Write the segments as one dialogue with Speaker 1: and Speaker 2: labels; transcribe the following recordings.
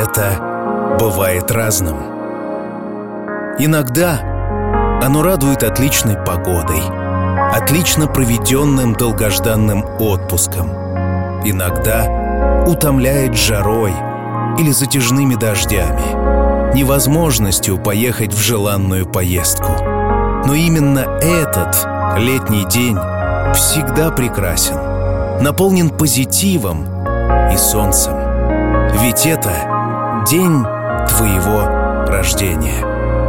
Speaker 1: лето бывает разным. Иногда оно радует отличной погодой, отлично проведенным долгожданным отпуском. Иногда утомляет жарой или затяжными дождями, невозможностью поехать в желанную поездку. Но именно этот летний день всегда прекрасен, наполнен позитивом и солнцем. Ведь это день твоего рождения.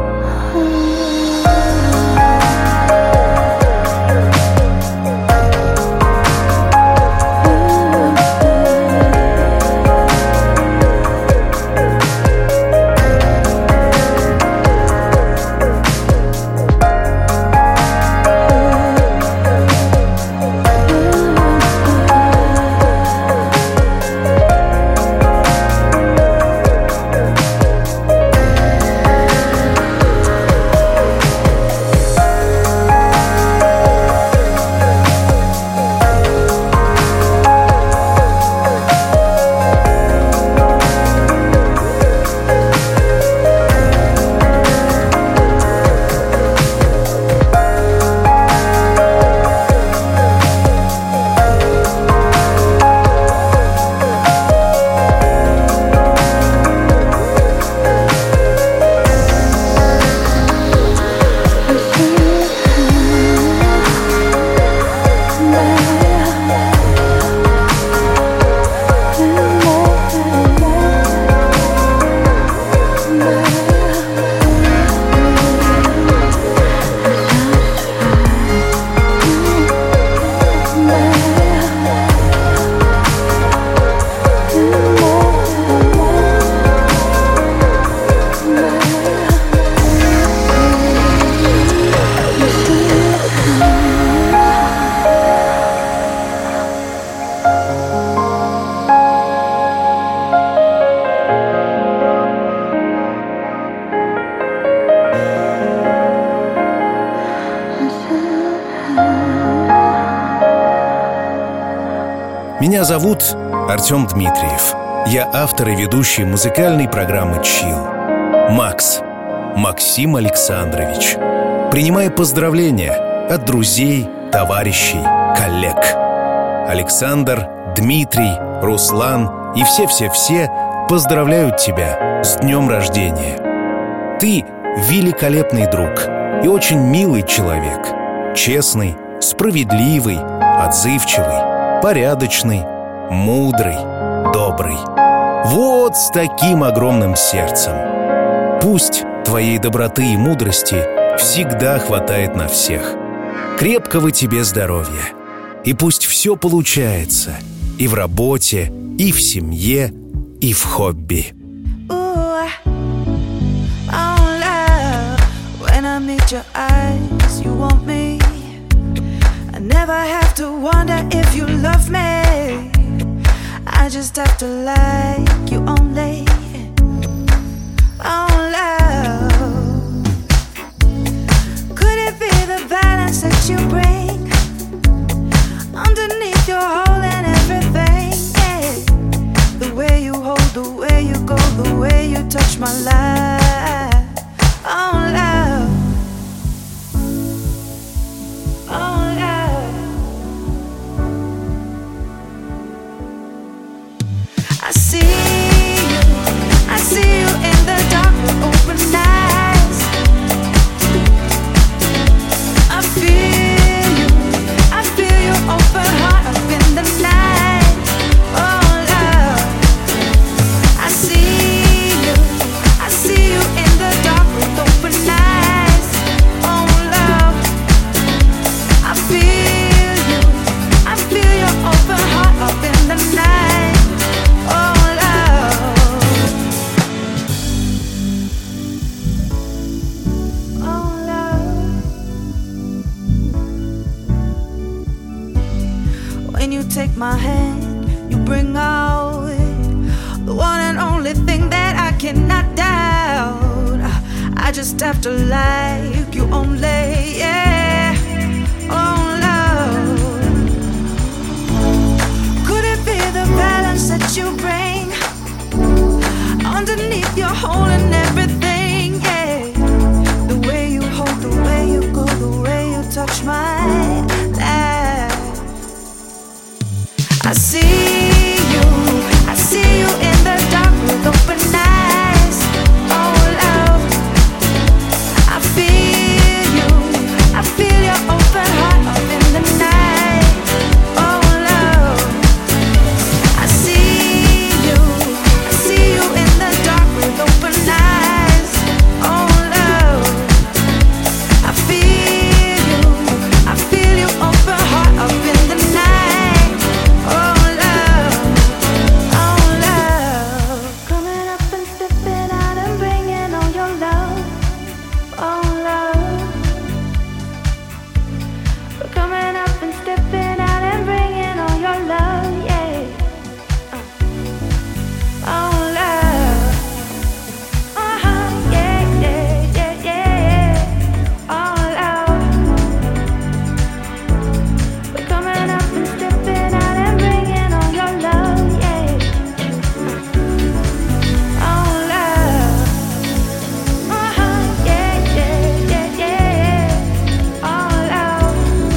Speaker 1: Меня зовут Артем Дмитриев. Я автор и ведущий музыкальной программы «Чилл». Максим Александрович. Принимаю поздравления от друзей, товарищей, коллег. Александр, Дмитрий, Руслан и все-все-все поздравляют тебя с днем рождения. Ты великолепный друг и очень милый человек. Честный, справедливый, отзывчивый, порядочный, мудрый, добрый. Вот с таким огромным сердцем. Пусть твоей доброты и мудрости всегда хватает на всех. Крепкого тебе здоровья. И пусть все получается и в работе, и в семье, и в хобби.
Speaker 2: Never have to wonder if you love me. I just have to like you only. Oh, love. Could it be the balance that you bring underneath your whole and everything? Yeah. The way you hold, the way you go, the way you touch my life. Oh, love. Oh, love. I see you in the dark with open eyes. I feel you open heart up in the night. Oh, love. I see you in the dark with open eyes. Oh, love. I feel your open heart up in the night. When you take my hand, you bring out the one and only thing that I cannot doubt. I just have to like you only, yeah. Oh, love. Could it be the balance that you bring under you're holding everything, yeah. The way you hold, the way you go, the way you touch my life. I see you in the dark with open eyes. Oh love, I feel your open heart up in the night. Oh love, I see you in the dark with open eyes. Oh love, I feel your open heart up in the night. Oh love, coming up and stepping out and bringing all your love. Oh love, we're coming up and stepping out and bringing all your love, yeah. Oh love, yeah, yeah, yeah, yeah. Oh love, we're coming up and stepping out and bringing all your love, yeah. Oh love, yeah, yeah, yeah, yeah. Oh love.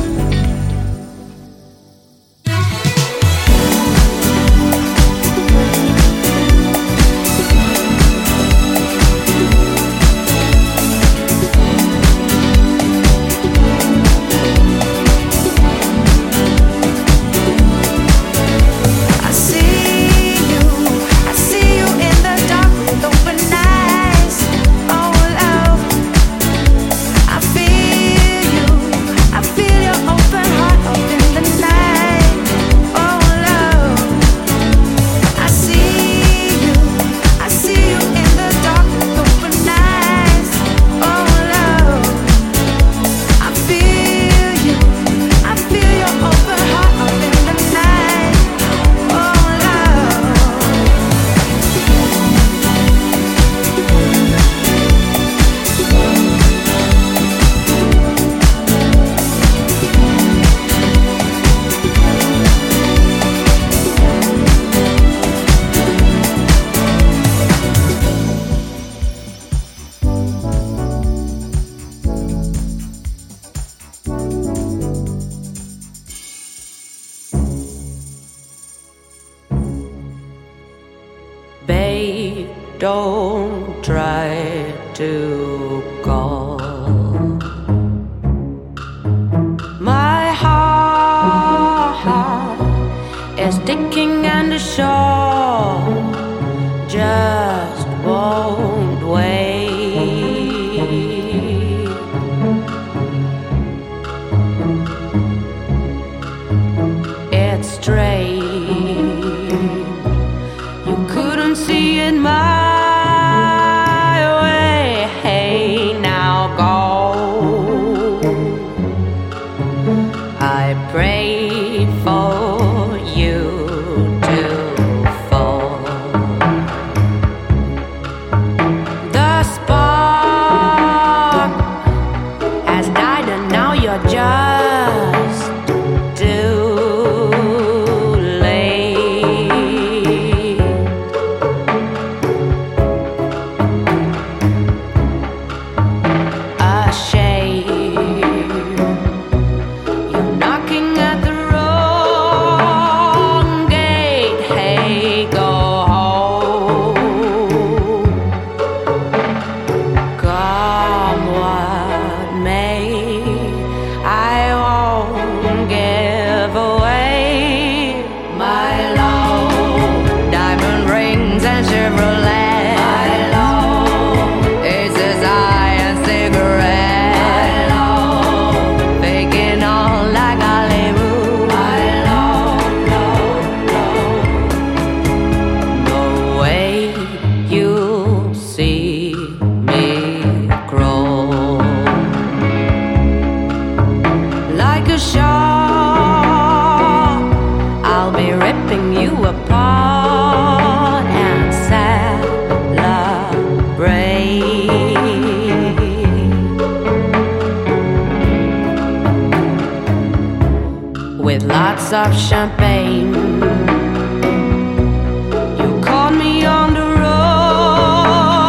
Speaker 2: I see you in the dark with open eyes. Oh love, I feel your open heart up in the night. Oh love, I see you in the dark with open eyes. Oh love, I feel your open heart up in the night. Oh love.
Speaker 3: Babe, don't try to call. My heart is ticking and the shore just won't wait. It's strange. You couldn't see it my way. Hey, now go. I prayed for you to fall. The spark has died and now you're just too late. Ashamed, you're knocking at the wrong gate. Hey, go home. Come what may, I won't give away my love. Diamond rings and Chevrolet. My love. Aces high and cigarette. My love. Faking on like Hollywood. My love, love, love. The way you see me crawl like a shark, I'll be ripping you apart and celebrate with lots of champagne. You caught me on the road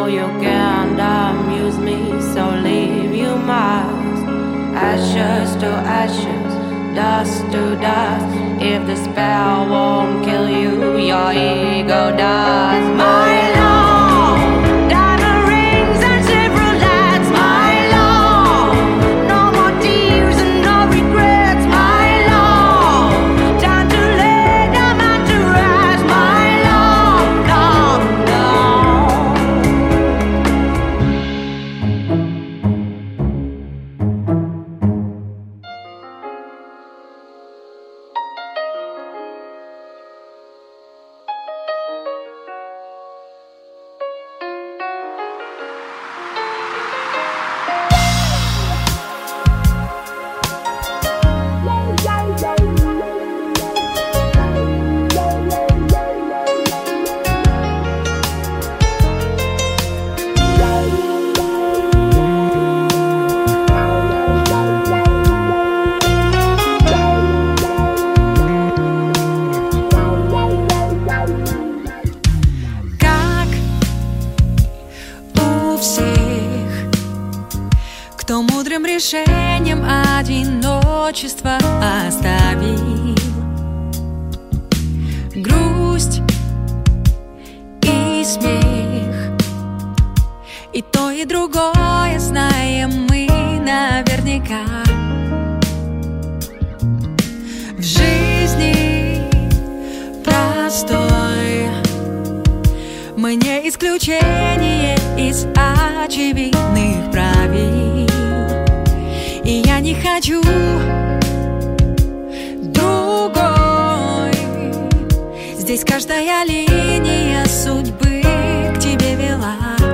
Speaker 3: you can't amuse me, so leave you must. Ashes to ashes, dust to dust. If the spell won't kill you, your ego does. My love, diamond rings and Chevrolets. My love, no more tears and no regrets. My love, time to lay down and to rest. My love, love, love.
Speaker 4: Кто мудрым решением одиночество оставил, грусть и смех, и то, и другое знаем мы наверняка. В жизни простой мы не исключение из очевидных правил. И я не хочу другой. Здесь каждая линия судьбы к тебе вела.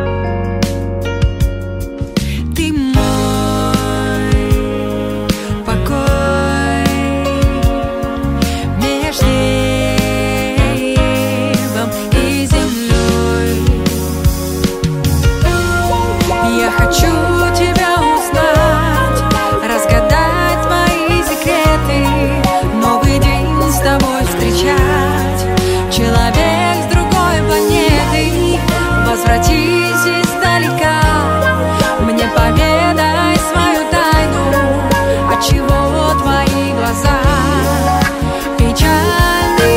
Speaker 4: Ты мой покой между небом и землей. Я хочу тебя узнать, разгадать мои секреты, новый день с тобой встречать. Человек с другой планеты, возвратись издалека, мне поведай свою тайну, отчего твои глаза печальны.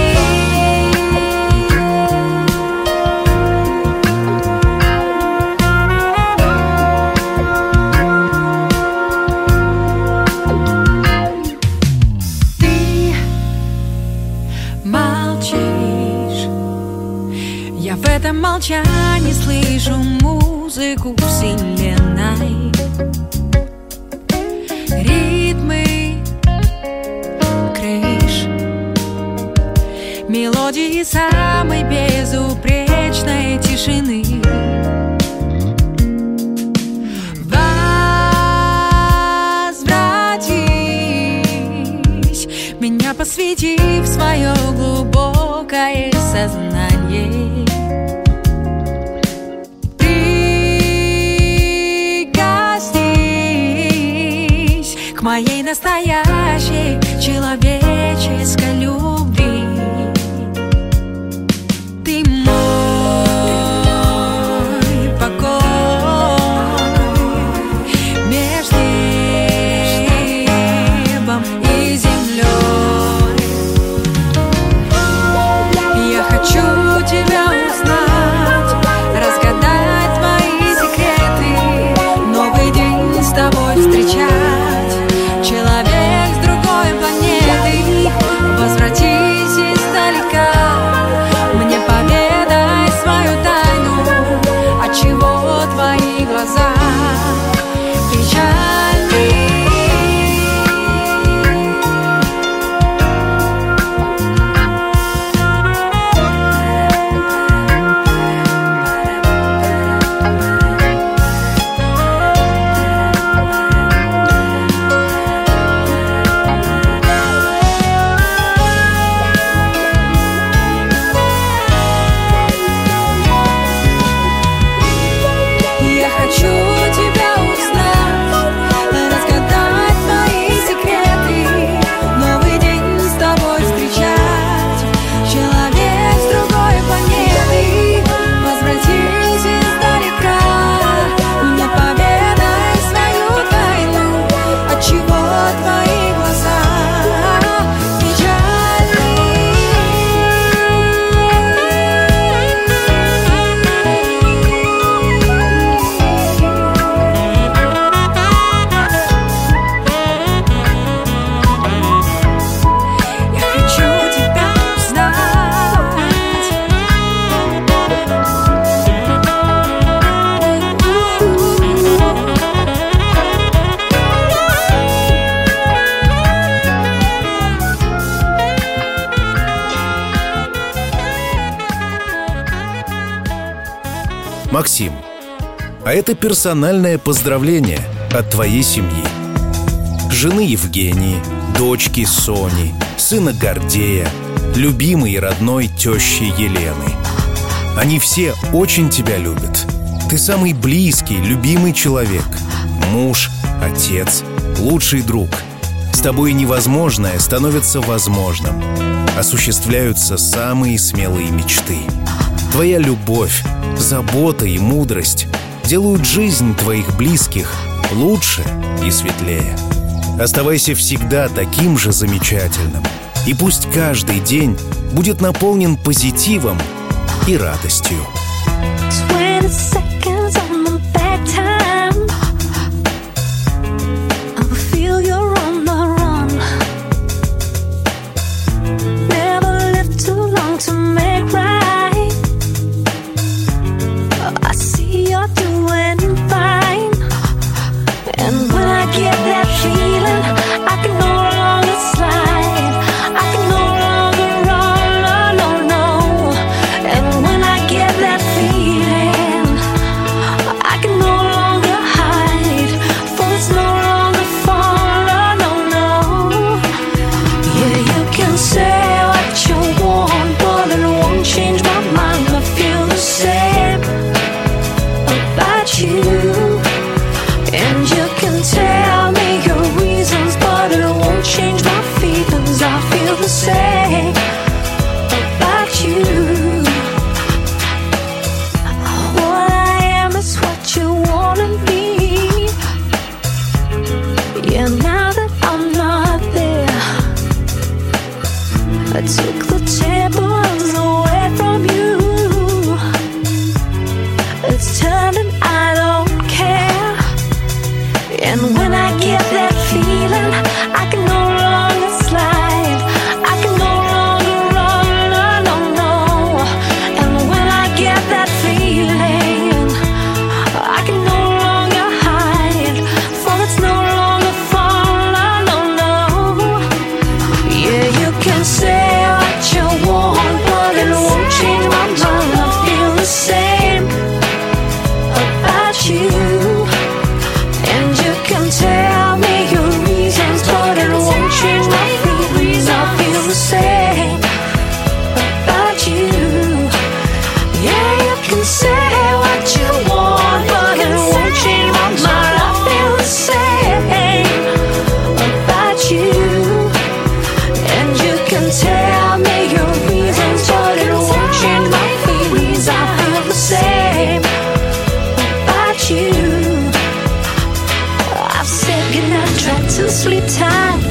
Speaker 4: Я в этом молчании слышу музыку вселенной, ритмы крыш, мелодии самой безупречной тишины. Возвратись, меня посвяти в свое глубокое сознание. К моей настоящей человеческой любви. Ты мой покой между небом и землей. Я хочу тебя узнать, разгадать твои секреты, новый день с тобой встречать. Человек с другой планеты, возвратись издалека, мне поведай свою тайну, отчего твои глаза печальны.
Speaker 1: Максим, а это персональное поздравление от твоей семьи. Жены Евгении, дочки Сони, сына Гордея, любимой и родной тещи Елены. Они все очень тебя любят. Ты самый близкий, любимый человек. Муж, отец, лучший друг. С тобой невозможное становится возможным. Осуществляются самые смелые мечты. Твоя любовь, забота и мудрость делают жизнь твоих близких лучше и светлее. Оставайся всегда таким же замечательным. И пусть каждый день будет наполнен позитивом и радостью.
Speaker 5: 20 seconds on the back time. I will feel you're on the run. Never lived too long to make right. I see you're doing fine. And when I get that feeling, I can no longer slide. I can no longer run, no, no. And when I get that feeling, I can no longer hide. For it's no longer fall, no, no. Yeah, you can say what you want, but it won't change my mind. I feel the same about you. And you can tell me your reasons, but it won't change my feelings. I feel the same about you. What I am is what you wanna be. Yeah, now that I'm not there, I took the tables away from you. It's turning, I don't care. And when I get that feeling, I can no longer slide. I can no longer run, no, no. And when I get that feeling, I can no longer hide. For it's no longer fall, no, no. Yeah, you can say what you want, but it won't change my mind. I feel the same about you. And you can tell me your reasons, but it won't change my feelings. I feel the same about you. Yeah, you can say what you want, but it won't change my mind. I feel the same about you. And you can tell me your reasons, but it won't change my feelings. I feel the same about you. I've said goodnight, tried to sleep tight.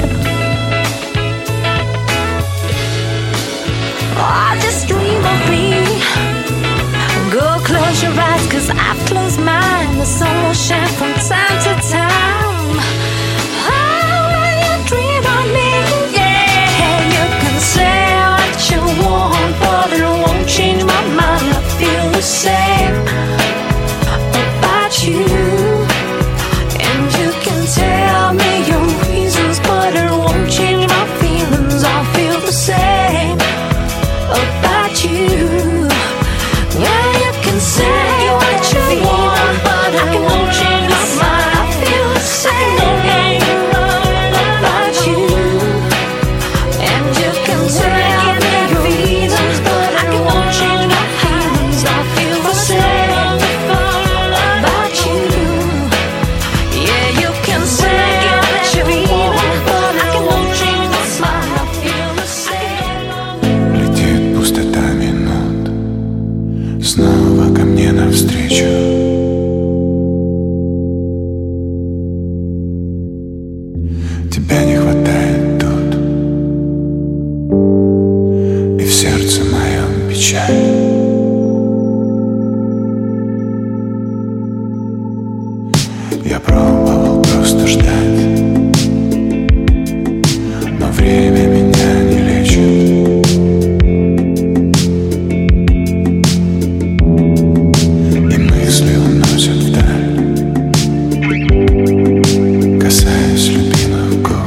Speaker 5: Oh, just dream of me. Go close your eyes, 'cause I've closed mine. The sun will shine from time to time. Oh, when you dream of me, yeah. You can say what you want, but it won't change my mind. I feel the same about you. And you can tell me your reasons, but it won't change my feelings. I feel the same about you. Yeah, you can say what you want, but it won't change my mind. I feel the same about you. And you can tell me your reasons, but it won't change my feelings. I feel the same about you. Yeah, you can say what you want, but it won't change my mind. I feel the same.
Speaker 6: Летит пустота минут снова ко мне навстречу. Тебя не хватает тут, и в сердце моем печаль. Я пробовал просто ждать, но время меня не лечит. И мысли уносят вдаль, касаясь любимых губ.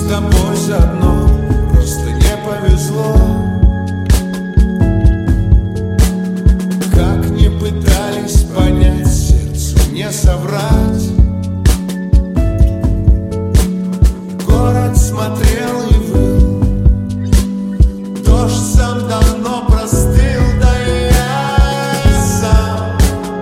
Speaker 6: тобой заодно, просто не повезло. Как не пытались понять, сердцу не соврать. Город смотрел и выл, дождь сам давно простыл, да и я сам.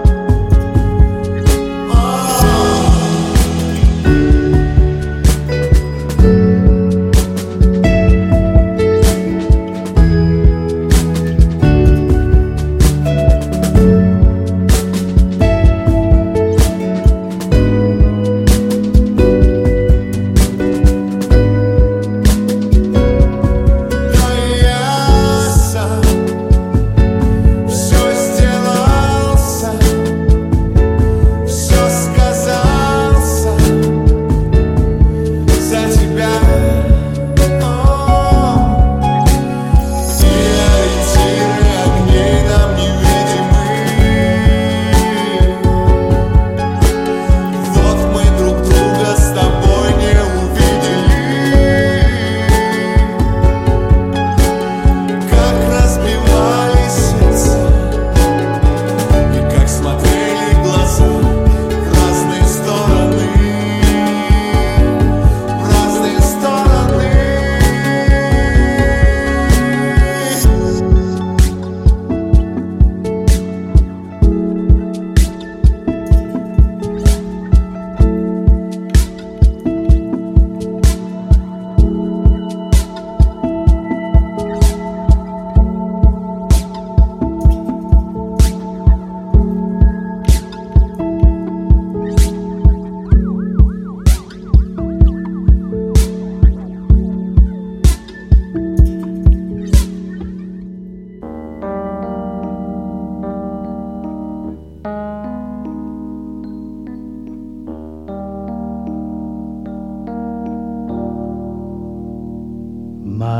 Speaker 7: My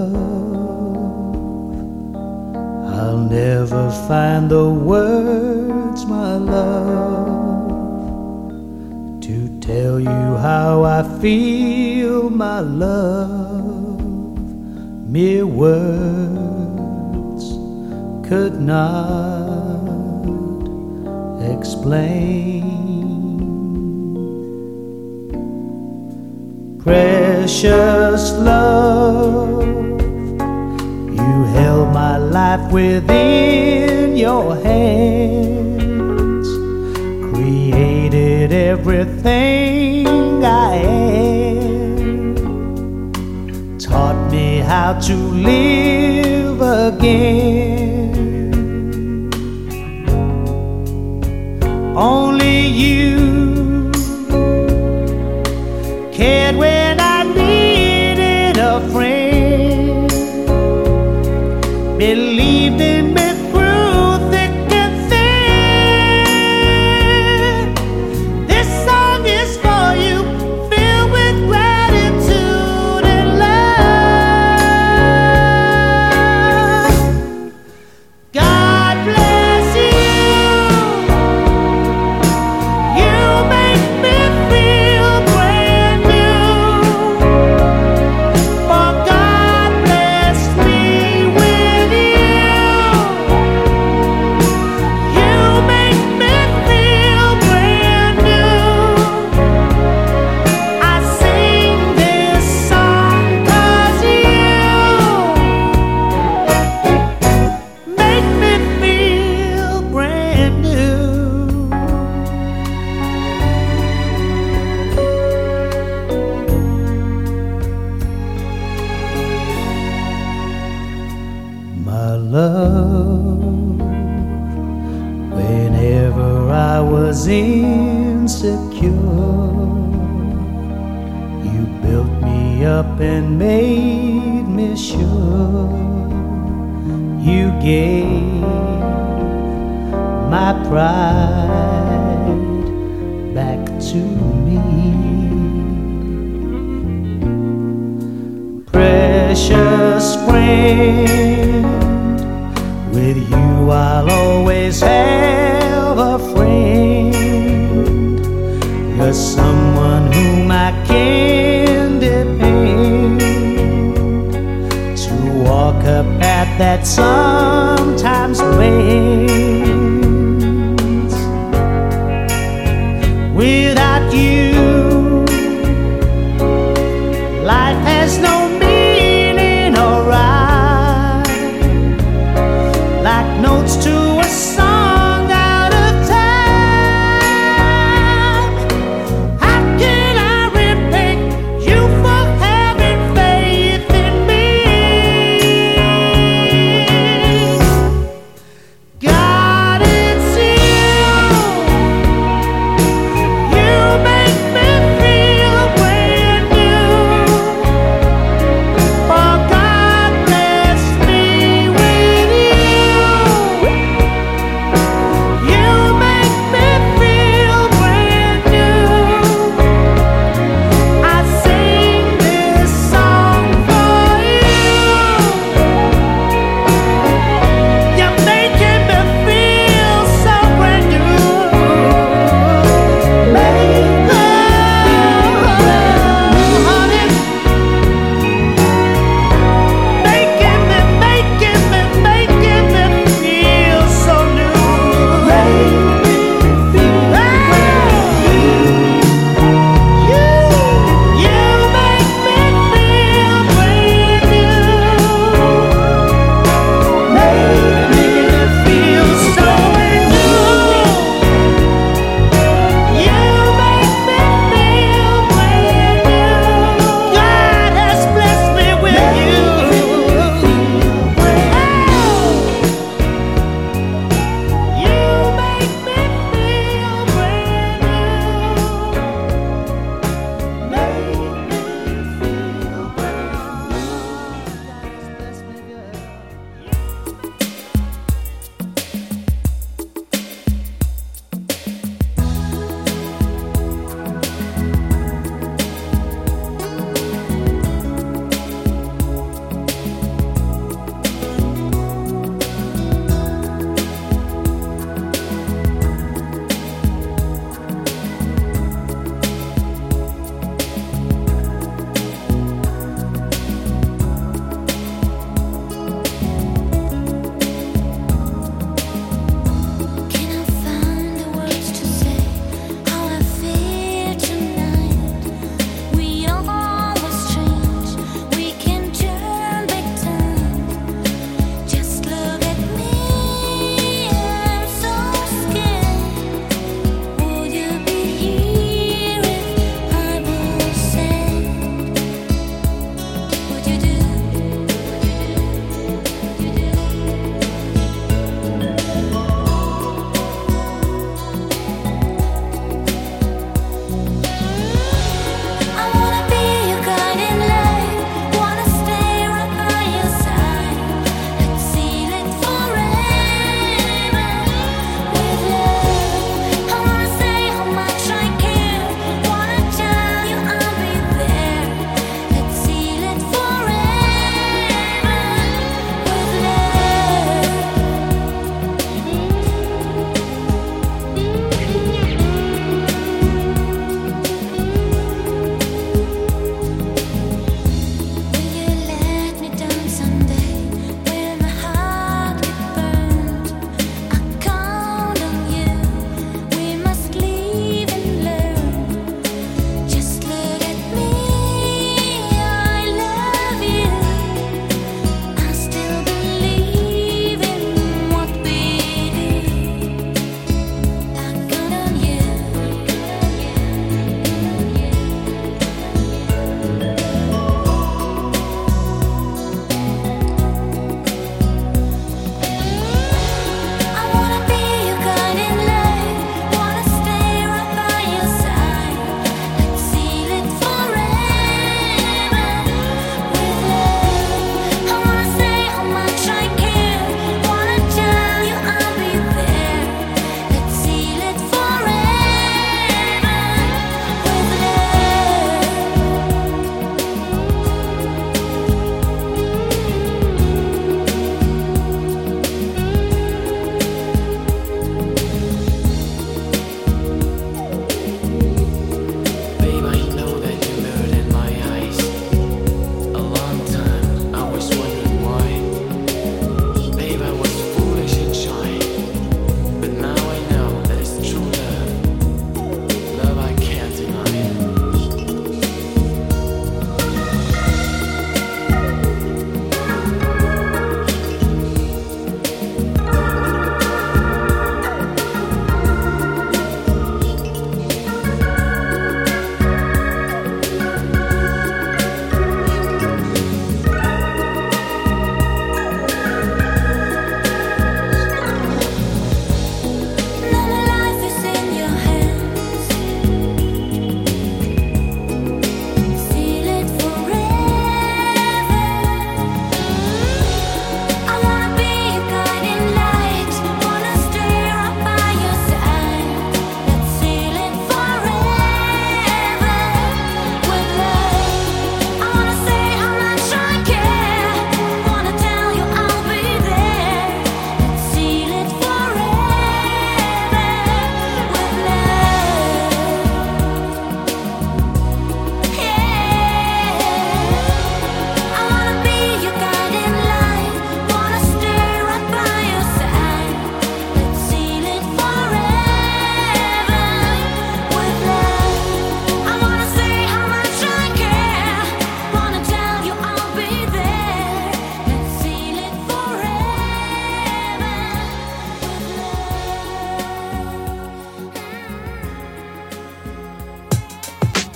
Speaker 7: love, I'll never find the words, my love, to tell you how I feel, my love. Mere words could not explain. Precious love, you held my life within your hands, created everything I am, taught me how to live again. Only you cared when I needed a friend, believed in me through thick and thin. This song is for you, filled with gratitude and love. God bless you. You make me feel brand new. For God blessed me with you. You make me feel brand new. I sing this song 'cause you make me feel brand new. My love, whenever I was insecure, you built me up and made me sure. You gave my pride back to me. Precious friend, with you I'll always have a friend. You're someone whom I can depend. that sometimes wanes. Without you, life has no meaning or rhyme, like notes to a song out of time. How can I repay you for having faith in me? God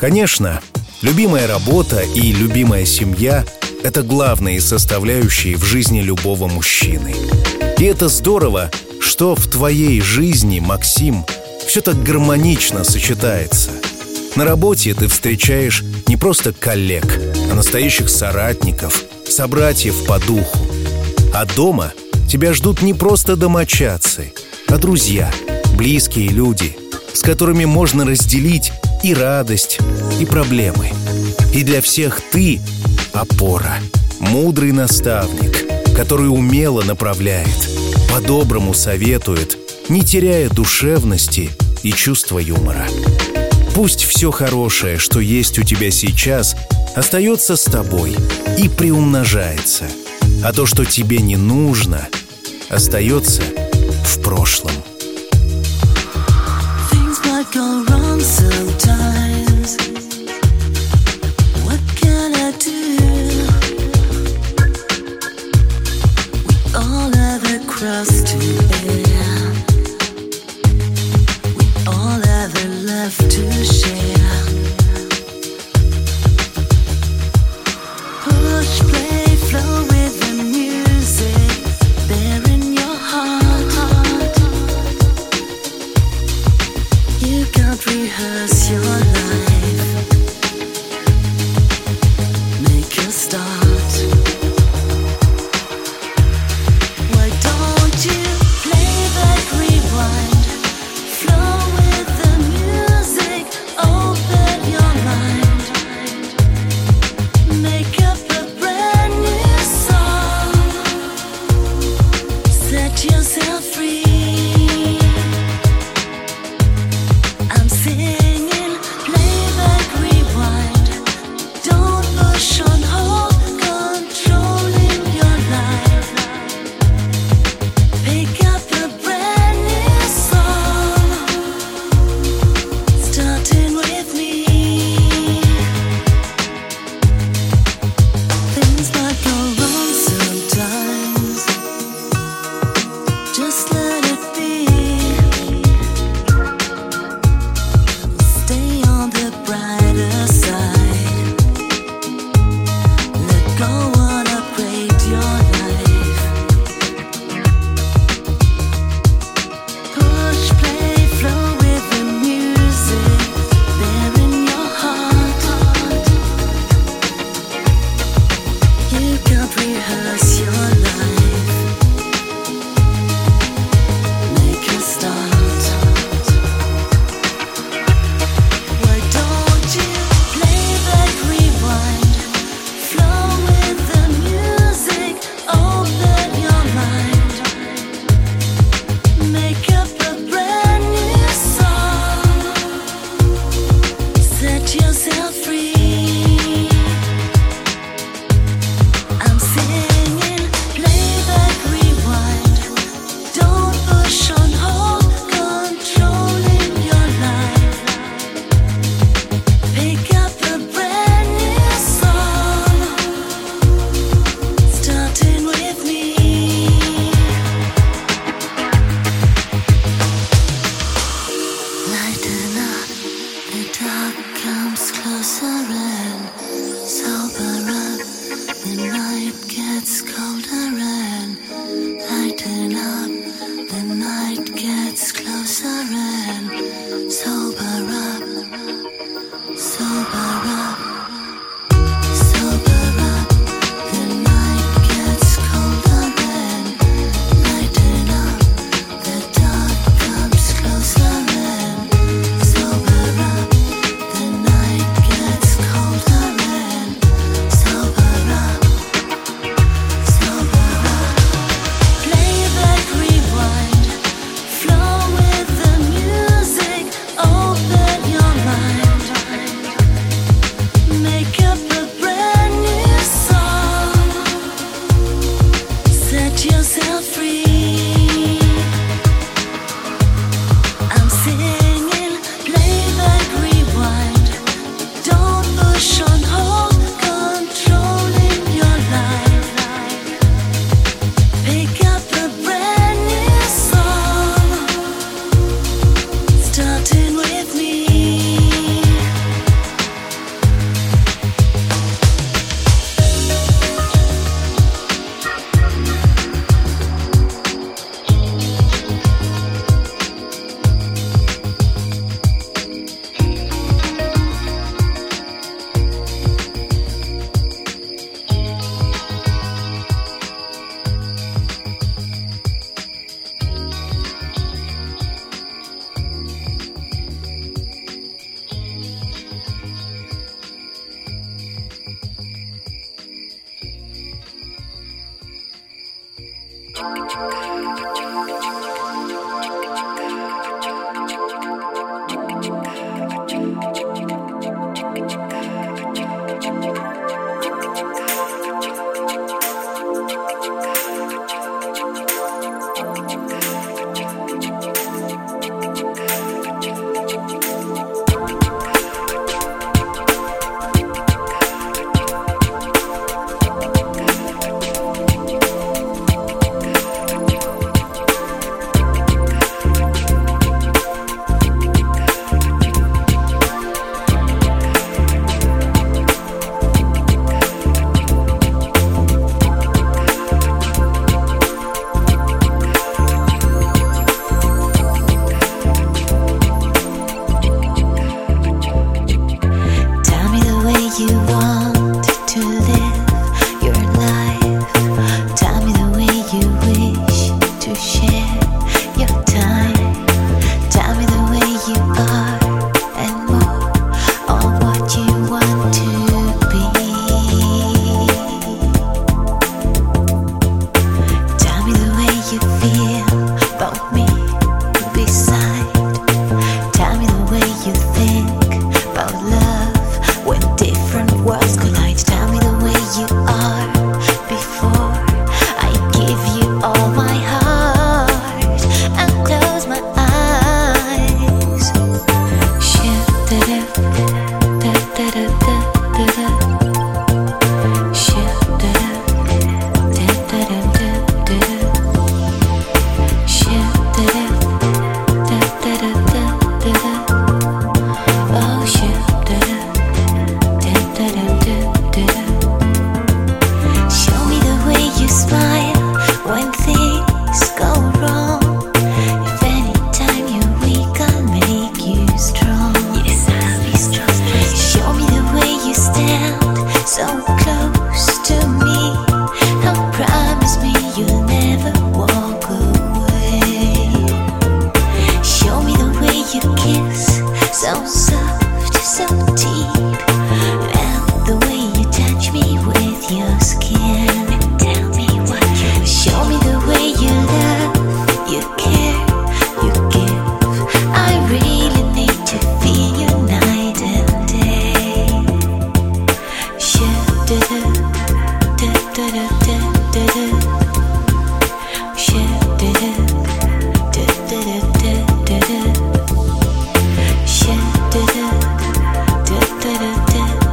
Speaker 1: Конечно, любимая работа и любимая семья — это главные составляющие в жизни любого мужчины. И это здорово, что в твоей жизни, Максим, все так гармонично сочетается. На работе ты встречаешь не просто коллег, а настоящих соратников, собратьев по духу. А дома тебя ждут не просто домочадцы, а друзья, близкие люди, с которыми можно разделить и радость, и проблемы. И для всех ты — опора, мудрый наставник, который умело направляет, по-доброму советует, не теряя душевности и чувства юмора. Пусть все хорошее, что есть у тебя сейчас, остается с тобой и приумножается, а то, что тебе не нужно, остается в прошлом.
Speaker 5: Go wrong sometimes. What can I do? We all have a cross to bear. We all have a love to share. Push, play, flow with the music there in your heart. You can't rehearse your life. Make a start. Why don't you play back, rewind, flow with the music, open your mind, make up a brand new song, set yourself free. I'm singing, playback, rewind. Don't push on hold, controlling your life. Pick up a brand new song, starting with me. Things might go wrong sometimes. Just let it be. Stay on the brighter side. Let go and upgrade your life. Push, play, flow with the music there in your heart. You can't rehearse your life. Make a start. Why don't you play back, rewind, flow with the music, open your mind, make up a brand new song, set yourself free. I'm singing, playback, rewind. Don't push on hold, controlling your life. Pick up a brand new song, starting with me. Lighten up, the dark comes closer and sober up. The night gets colder and lighten up. The night gets closer and sober up. Sober up. Sober up. The night gets colder and lighten up. The dark comes closer and sober up. The night gets colder and sober up. Sober up. Playback, rewind, flow with the music, open your mind, make up a brand new song, set yourself free. I'm singing, playback, rewind. Don't push on hold, controlling your life. Pick up a brand new song, starting with me. Shit,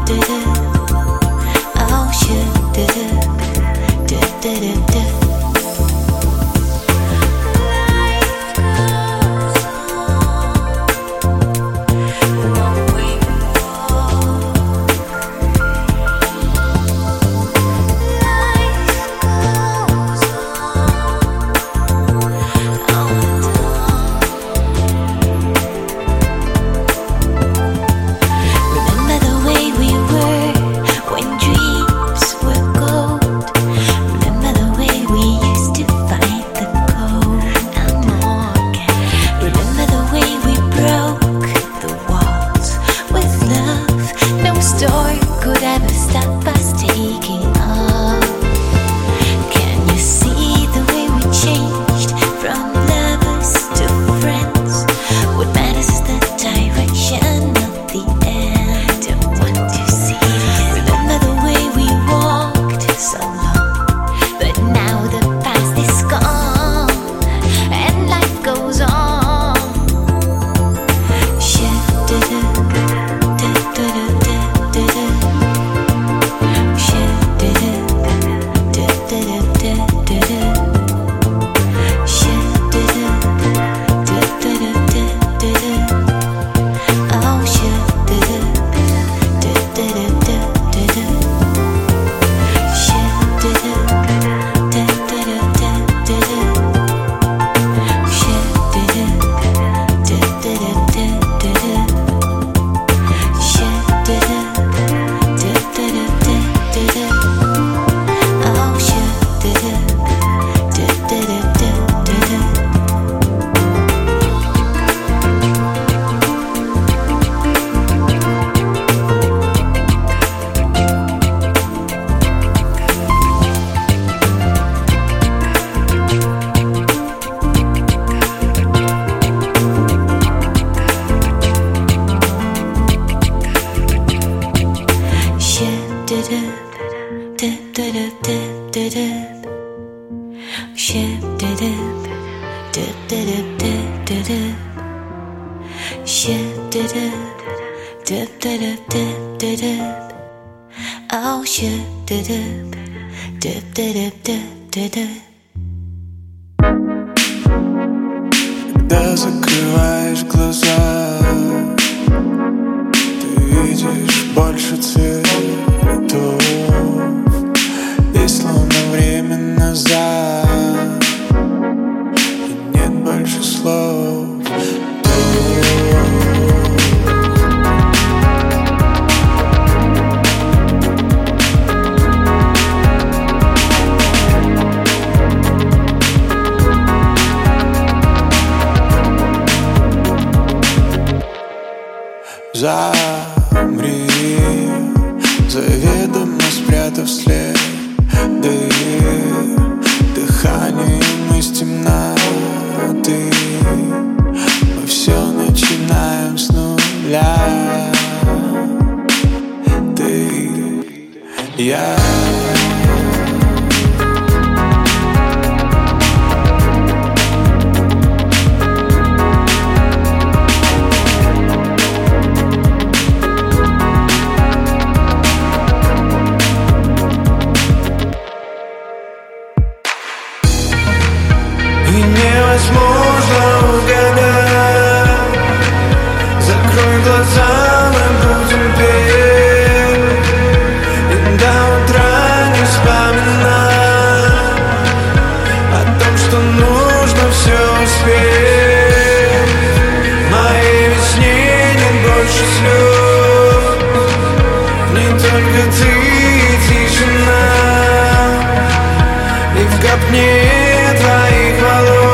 Speaker 5: Oh shit,
Speaker 8: когда закрываешь глаза, ты видишь больше цветов, и словно время назад, и нет больше слов. Замри, заведомо спрятав следы, дыханием из темноты. Мы все начинаем с нуля. Ты, я.
Speaker 9: Невозможно угадать. Закрой глаза, мы будем петь, и до утра не вспоминать о том, что нужно все успеть. В моей весне нет больше слез, не только ты и тишина, и в копне твоих волос.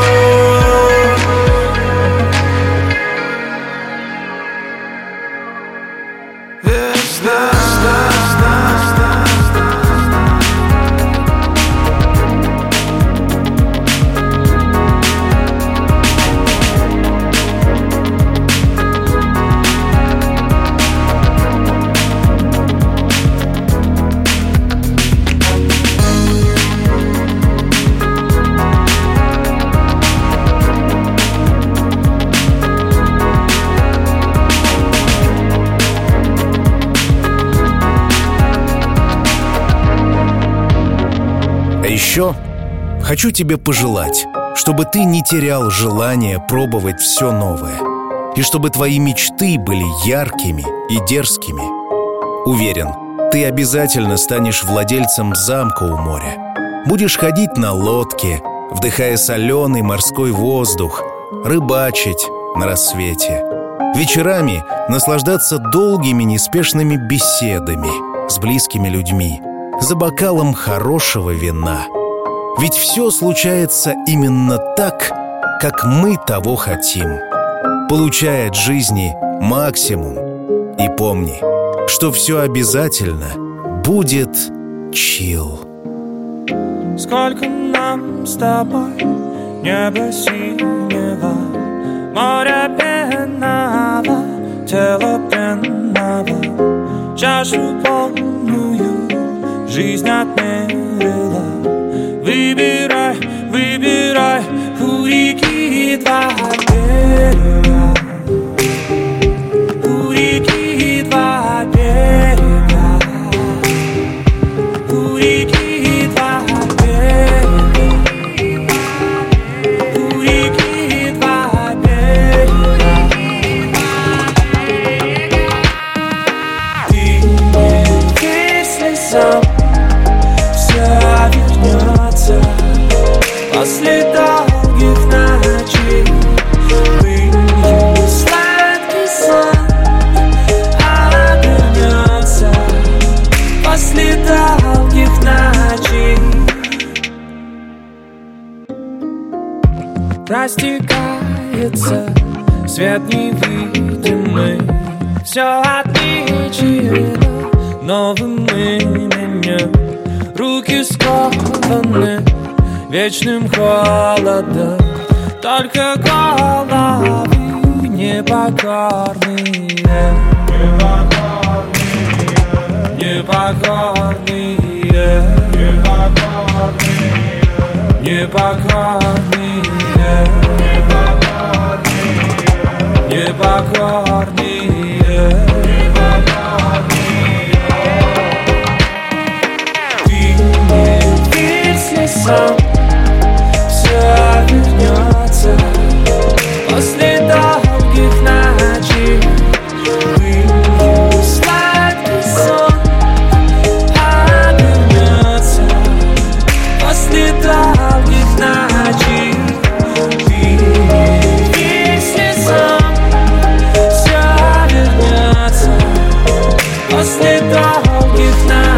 Speaker 1: Еще хочу тебе пожелать, чтобы ты не терял желание пробовать все новое, и чтобы твои мечты были яркими и дерзкими. Уверен, ты обязательно станешь владельцем замка у моря. Будешь ходить на лодке, вдыхая соленый морской воздух, рыбачить на рассвете, вечерами наслаждаться долгими неспешными беседами с близкими людьми, за бокалом хорошего вина. Ведь все случается именно так, как мы того хотим, получая от жизни максимум. И помни, что все обязательно будет чил.
Speaker 9: Сколько нам с тобой небо синего, море пенного, тело пенного, чашу полную жизнь отмерила. Выбирай, выбирай, у реки два берега, у реки два берега, у реки два берега, у реки два берега. Ты не верь слезам, после долгих ночей был сладкий сон, обернется после долгих ночей. Растекается свет невидимый, все отмечено новым именем. Руки скованы вечным холодом, только головы непокорные, непокорные, непокорные, непокорные, непокорные. Ты не верь слезам, все вернется после долгих ночей. Выйдет сладкий сон, обернется после долгих ночей. Ты не верь слезам, все вернется после долгих ночей.